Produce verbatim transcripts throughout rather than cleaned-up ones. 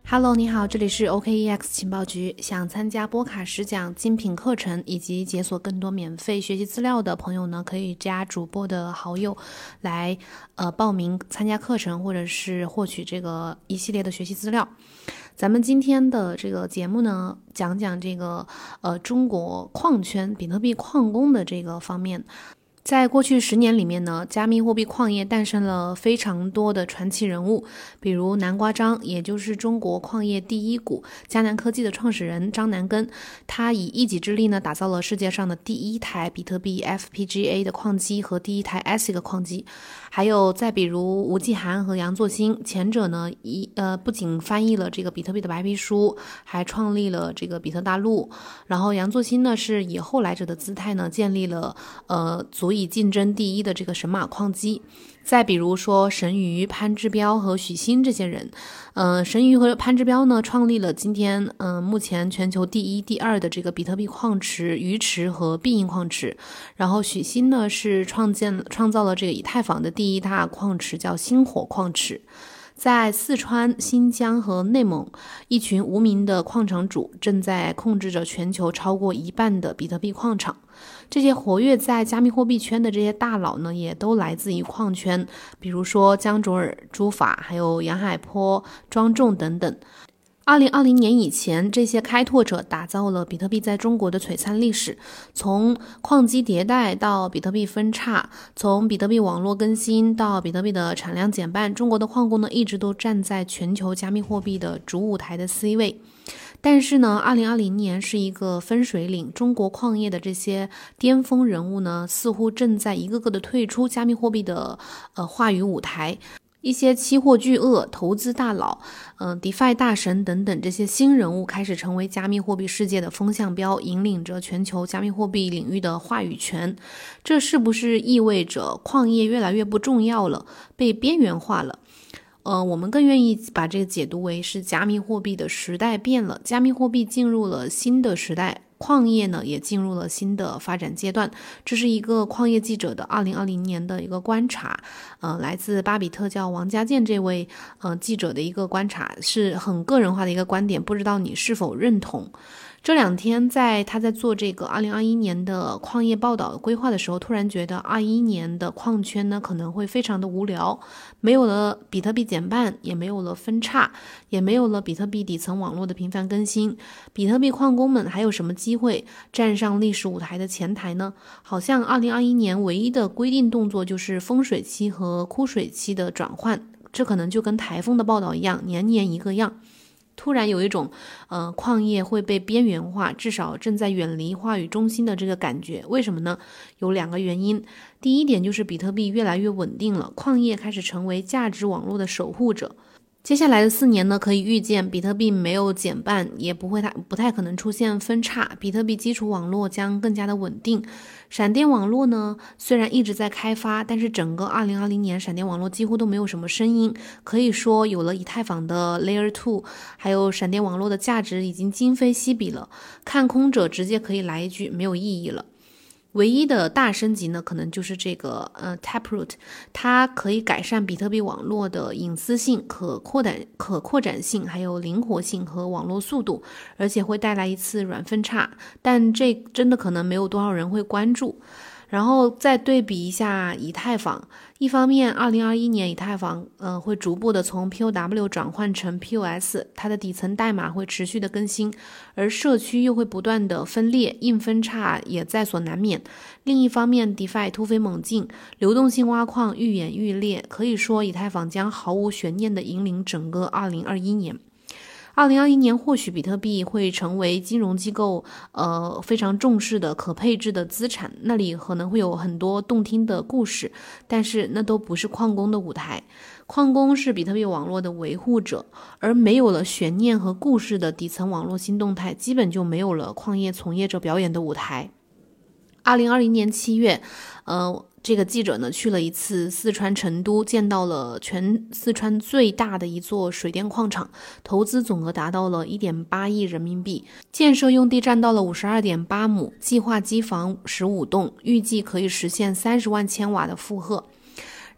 Hello， 你好，这里是 O K E X 情报局。想参加波卡实讲精品课程以及解锁更多免费学习资料的朋友呢，可以加主播的好友来呃报名参加课程，或者是获取这个一系列的学习资料。咱们今天的这个节目呢，讲讲这个呃中国矿圈比特币矿工的这个方面。在过去十年里面呢，加密货币矿业诞生了非常多的传奇人物，比如南瓜张，也就是中国矿业第一股迦南科技的创始人张南根，他以一己之力呢，打造了世界上的第一台比特币 F P G A 的矿机和第一台 A S I C 矿机。还有再比如吴继寒和杨作兴，前者呢一呃不仅翻译了这个比特币的白皮书，还创立了这个比特大陆。然后杨作兴呢是以后来者的姿态呢，建立了呃足以竞争第一的这个神马矿机。再比如说神鱼、潘志彪和许昕这些人，呃，神鱼和潘志彪呢创立了今天嗯、呃、目前全球第一、第二的这个比特币矿池鱼池和必应矿池。然后许昕呢是创建创造了这个以太坊的第一大矿池，叫星火矿池。在四川、新疆和内蒙，一群无名的矿场主正在控制着全球超过一半的比特币矿场。这些活跃在加密货币圈的这些大佬呢，也都来自于矿圈，比如说江卓尔、朱法，还有杨海波、庄重等等。二零二零年以前，这些开拓者打造了比特币在中国的璀璨历史。从矿机迭代到比特币分叉，从比特币网络更新到比特币的产量减半，中国的矿工呢一直都站在全球加密货币的主舞台的 C 位。但是呢，二零二零年是一个分水岭，中国矿业的这些巅峰人物呢，似乎正在一个个的退出加密货币的呃话语舞台。一些期货巨鳄、投资大佬、嗯、呃、DeFi 大神等等这些新人物开始成为加密货币世界的风向标，引领着全球加密货币领域的话语权。这是不是意味着矿业越来越不重要了，被边缘化了？呃，我们更愿意把这个解读为是加密货币的时代变了，加密货币进入了新的时代，矿业呢也进入了新的发展阶段。这是一个矿业记者的二零二零年的一个观察，呃，来自巴比特叫王家健这位呃记者的一个观察，是很个人化的一个观点，不知道你是否认同。这两天在他在做这个二零二一年的矿业报道规划的时候，突然觉得二一年的矿圈呢可能会非常的无聊，没有了比特币减半，也没有了分叉，也没有了比特币底层网络的频繁更新，比特币矿工们还有什么机会站上历史舞台的前台呢？好像二零二一年唯一的规定动作就是丰水期和枯水期的转换，这可能就跟台风的报道一样，年年一个样。突然有一种呃，矿业会被边缘化，至少正在远离话语中心的这个感觉。为什么呢？有两个原因。第一点就是比特币越来越稳定了，矿业开始成为价值网络的守护者。接下来的四年呢，可以预见比特币没有减半，也不会太不太可能出现分叉，比特币基础网络将更加的稳定。闪电网络呢，虽然一直在开发，但是整个二零二零年闪电网络几乎都没有什么声音，可以说有了以太坊的 Layer 二，还有闪电网络的价值已经今非昔比了，看空者直接可以来一句没有意义了。唯一的大升级呢，可能就是这个呃 Taproot， 它可以改善比特币网络的隐私性、可扩展、可扩展性，还有灵活性和网络速度，而且会带来一次软分叉，但这真的可能没有多少人会关注。然后再对比一下以太坊，一方面二零二一年以太坊呃会逐步的从 P O W 转换成 P O S， 它的底层代码会持续的更新，而社区又会不断的分裂，硬分叉也在所难免。另一方面 DeFi 突飞猛进，流动性挖矿愈演愈烈，可以说以太坊将毫无悬念的引领整个二零二一年。二零二一年或许比特币会成为金融机构呃非常重视的可配置的资产，那里可能会有很多动听的故事，但是那都不是矿工的舞台。矿工是比特币网络的维护者，而没有了悬念和故事的底层网络新动态，基本就没有了矿业从业者表演的舞台。二零二零年七月呃这个记者呢去了一次四川成都，见到了全四川最大的一座水电矿场，投资总额达到了 一点八亿人民币，建设用地占到了 五十二点八亩，计划机房十五栋，预计可以实现三十万千瓦的负荷。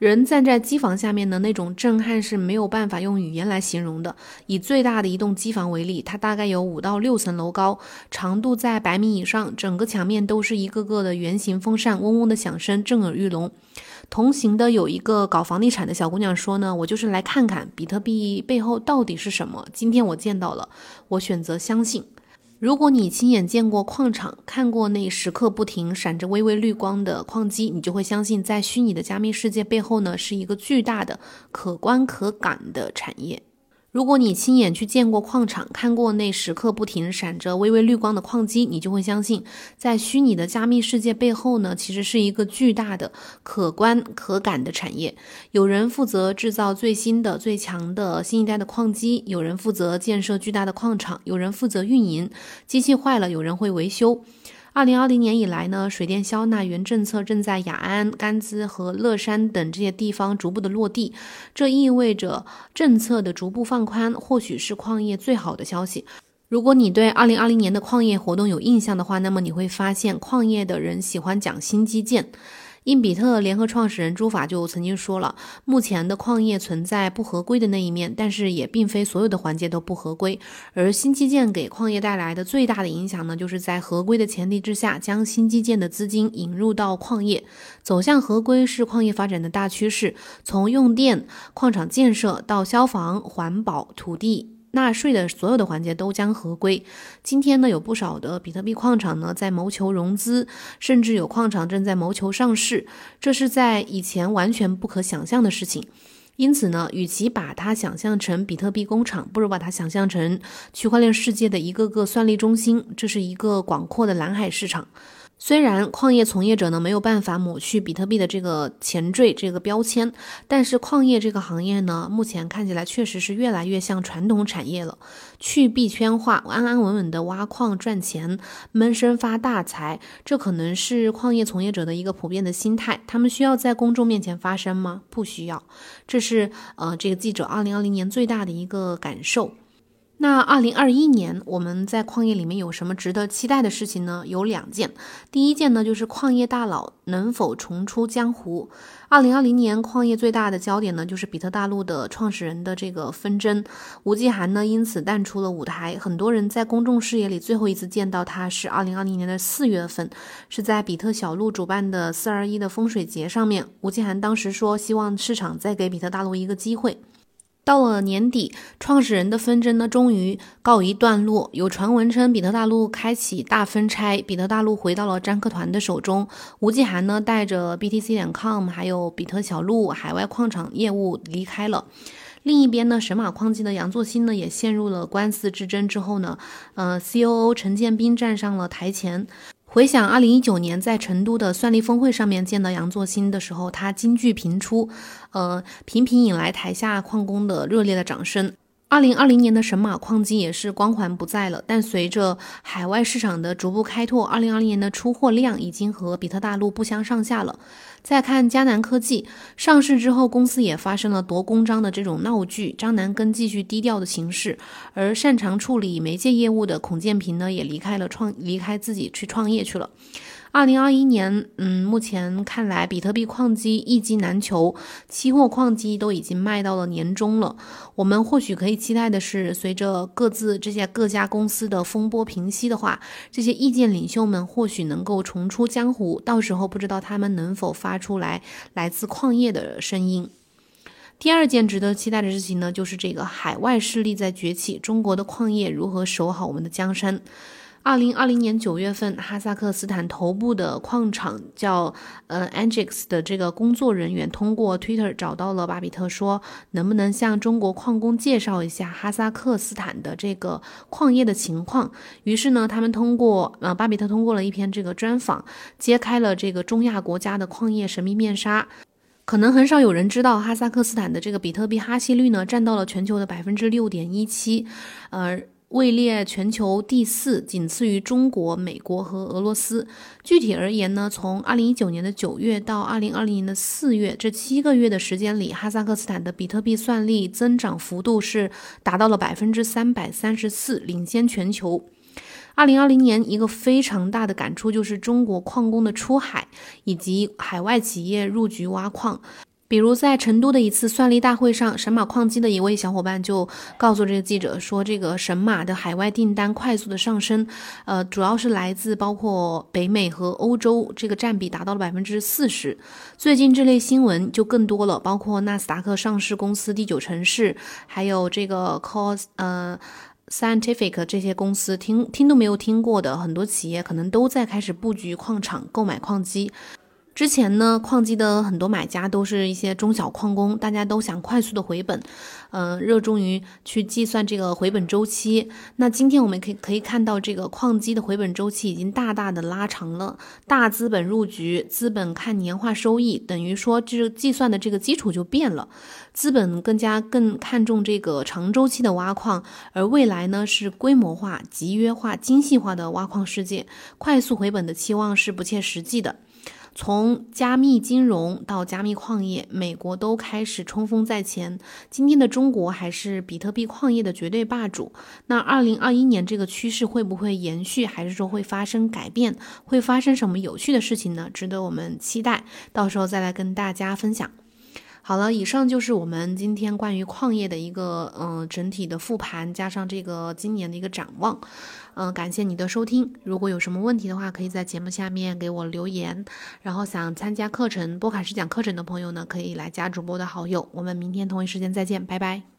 人站在机房下面的那种震撼是没有办法用语言来形容的。以最大的一栋机房为例，它大概有五到六层楼高，长度在百米以上，整个墙面都是一个个的圆形风扇，嗡嗡的响声震耳欲聋。同行的有一个搞房地产的小姑娘说呢，我就是来看看比特币背后到底是什么，今天我见到了，我选择相信。如果你亲眼见过矿场，看过那时刻不停闪着微微绿光的矿机，你就会相信在虚拟的加密世界背后呢，是一个巨大的可观可感的产业。如果你亲眼去见过矿场，看过那时刻不停闪着微微绿光的矿机，你就会相信在虚拟的加密世界背后呢，其实是一个巨大的可观可感的产业。有人负责制造最新的最强的新一代的矿机，有人负责建设巨大的矿场，有人负责运营，机器坏了有人会维修。二零二零年以来呢，水电消纳原政策正在雅安、甘孜和乐山等这些地方逐步的落地，这意味着政策的逐步放宽，或许是矿业最好的消息。如果你对二零二零年的矿业活动有印象的话，那么你会发现矿业的人喜欢讲新基建。英比特联合创始人朱法就曾经说了，目前的矿业存在不合规的那一面，但是也并非所有的环节都不合规。而新基建给矿业带来的最大的影响呢，就是在合规的前提之下，将新基建的资金引入到矿业。走向合规是矿业发展的大趋势，从用电、矿场建设到消防、环保、土地纳税的所有的环节都将合规。今天呢，有不少的比特币矿场呢在谋求融资，甚至有矿场正在谋求上市，这是在以前完全不可想象的事情。因此呢，与其把它想象成比特币工厂，不如把它想象成区块链世界的一个个算力中心，这是一个广阔的蓝海市场。虽然矿业从业者呢没有办法抹去比特币的这个前缀这个标签，但是矿业这个行业呢，目前看起来确实是越来越像传统产业了。去币圈化，安安稳稳的挖矿赚钱，闷声发大财，这可能是矿业从业者的一个普遍的心态。他们需要在公众面前发声吗？不需要。这是呃这个记者二零二零年最大的一个感受。那二零二一年我们在矿业里面有什么值得期待的事情呢？有两件。第一件呢，就是矿业大佬能否重出江湖。二零二零年矿业最大的焦点呢，就是比特大陆的创始人的这个纷争。吴继寒呢因此淡出了舞台，很多人在公众视野里最后一次见到他是二零二零年的四月份，是在比特小路主办的四二一的风水节上面。吴继寒当时说希望市场再给比特大陆一个机会。到了年底，创始人的纷争呢终于告一段落。有传闻称比特大陆开启大分拆，比特大陆回到了张克团的手中。吴继寒呢带着 B T C 点 com 还有比特小路海外矿场业务离开了。另一边呢，神马矿机的杨作兴呢也陷入了官司之争之后呢，呃 C O O 陈建斌站上了台前。回想二零一九年在成都的算力峰会上面见到杨作兴的时候，他金句频出，呃，频频引来台下矿工的热烈的掌声。二零二零年的神马矿机也是光环不在了，但随着海外市场的逐步开拓，二零二零年的出货量已经和比特大陆不相上下了。再看迦南科技上市之后，公司也发生了夺公章的这种闹剧，张南根继续低调的行事，而擅长处理媒介业务的孔建平呢，也离开了创离开自己去创业去了。二零二一年，嗯，目前看来，比特币矿机一机难求，期货矿机都已经卖到了年终了。我们或许可以期待的是，随着各自这些各家公司的风波平息的话，这些意见领袖们或许能够重出江湖，到时候不知道他们能否发出来来自矿业的声音。第二件值得期待的事情呢，就是这个海外势力在崛起，中国的矿业如何守好我们的江山。二零二零年九月份，哈萨克斯坦头部的矿场叫呃 Angix 的这个工作人员通过 Twitter 找到了巴比特，说能不能向中国矿工介绍一下哈萨克斯坦的这个矿业的情况。于是呢，他们通过呃巴比特通过了一篇这个专访，揭开了这个中亚国家的矿业神秘面纱。可能很少有人知道，哈萨克斯坦的这个比特币哈希率呢，占到了全球的 百分之六点一七， 呃位列全球第四，仅次于中国、美国和俄罗斯。具体而言呢，从二零一九年的九月到二零二零年的四月，这七个月的时间里，哈萨克斯坦的比特币算力增长幅度是达到了 百分之三百三十四， 领先全球。二零二零年一个非常大的感触就是中国矿工的出海以及海外企业入局挖矿。 比如在成都的一次算力大会上，神马矿机的一位小伙伴就告诉这个记者说，这个神马的海外订单快速的上升，呃，主要是来自包括北美和欧洲，这个占比达到了百分之四十。最近这类新闻就更多了，包括纳斯达克上市公司第九城市，还有这个 Cos 呃。Scientific 这些公司听听都没有听过的很多企业可能都在开始布局矿场购买矿机。之前呢，矿机的很多买家都是一些中小矿工，大家都想快速的回本，嗯、呃，热衷于去计算这个回本周期。那今天我们可以可以看到，这个矿机的回本周期已经大大的拉长了。大资本入局，资本看年化收益，等于说这计算的这个基础就变了。资本更加更看重这个长周期的挖矿，而未来呢是规模化、集约化、精细化的挖矿世界，快速回本的期望是不切实际的。从加密金融到加密矿业，美国都开始冲锋在前。今天的中国还是比特币矿业的绝对霸主。那二零二一年这个趋势会不会延续，还是说会发生改变？会发生什么有趣的事情呢？值得我们期待，到时候再来跟大家分享。好了，以上就是我们今天关于矿业的一个嗯、呃、整体的复盘，加上这个今年的一个展望。嗯、呃，感谢你的收听。如果有什么问题的话，可以在节目下面给我留言。然后想参加课程波卡师讲课程的朋友呢，可以来加主播的好友。我们明天同一时间再见，拜拜。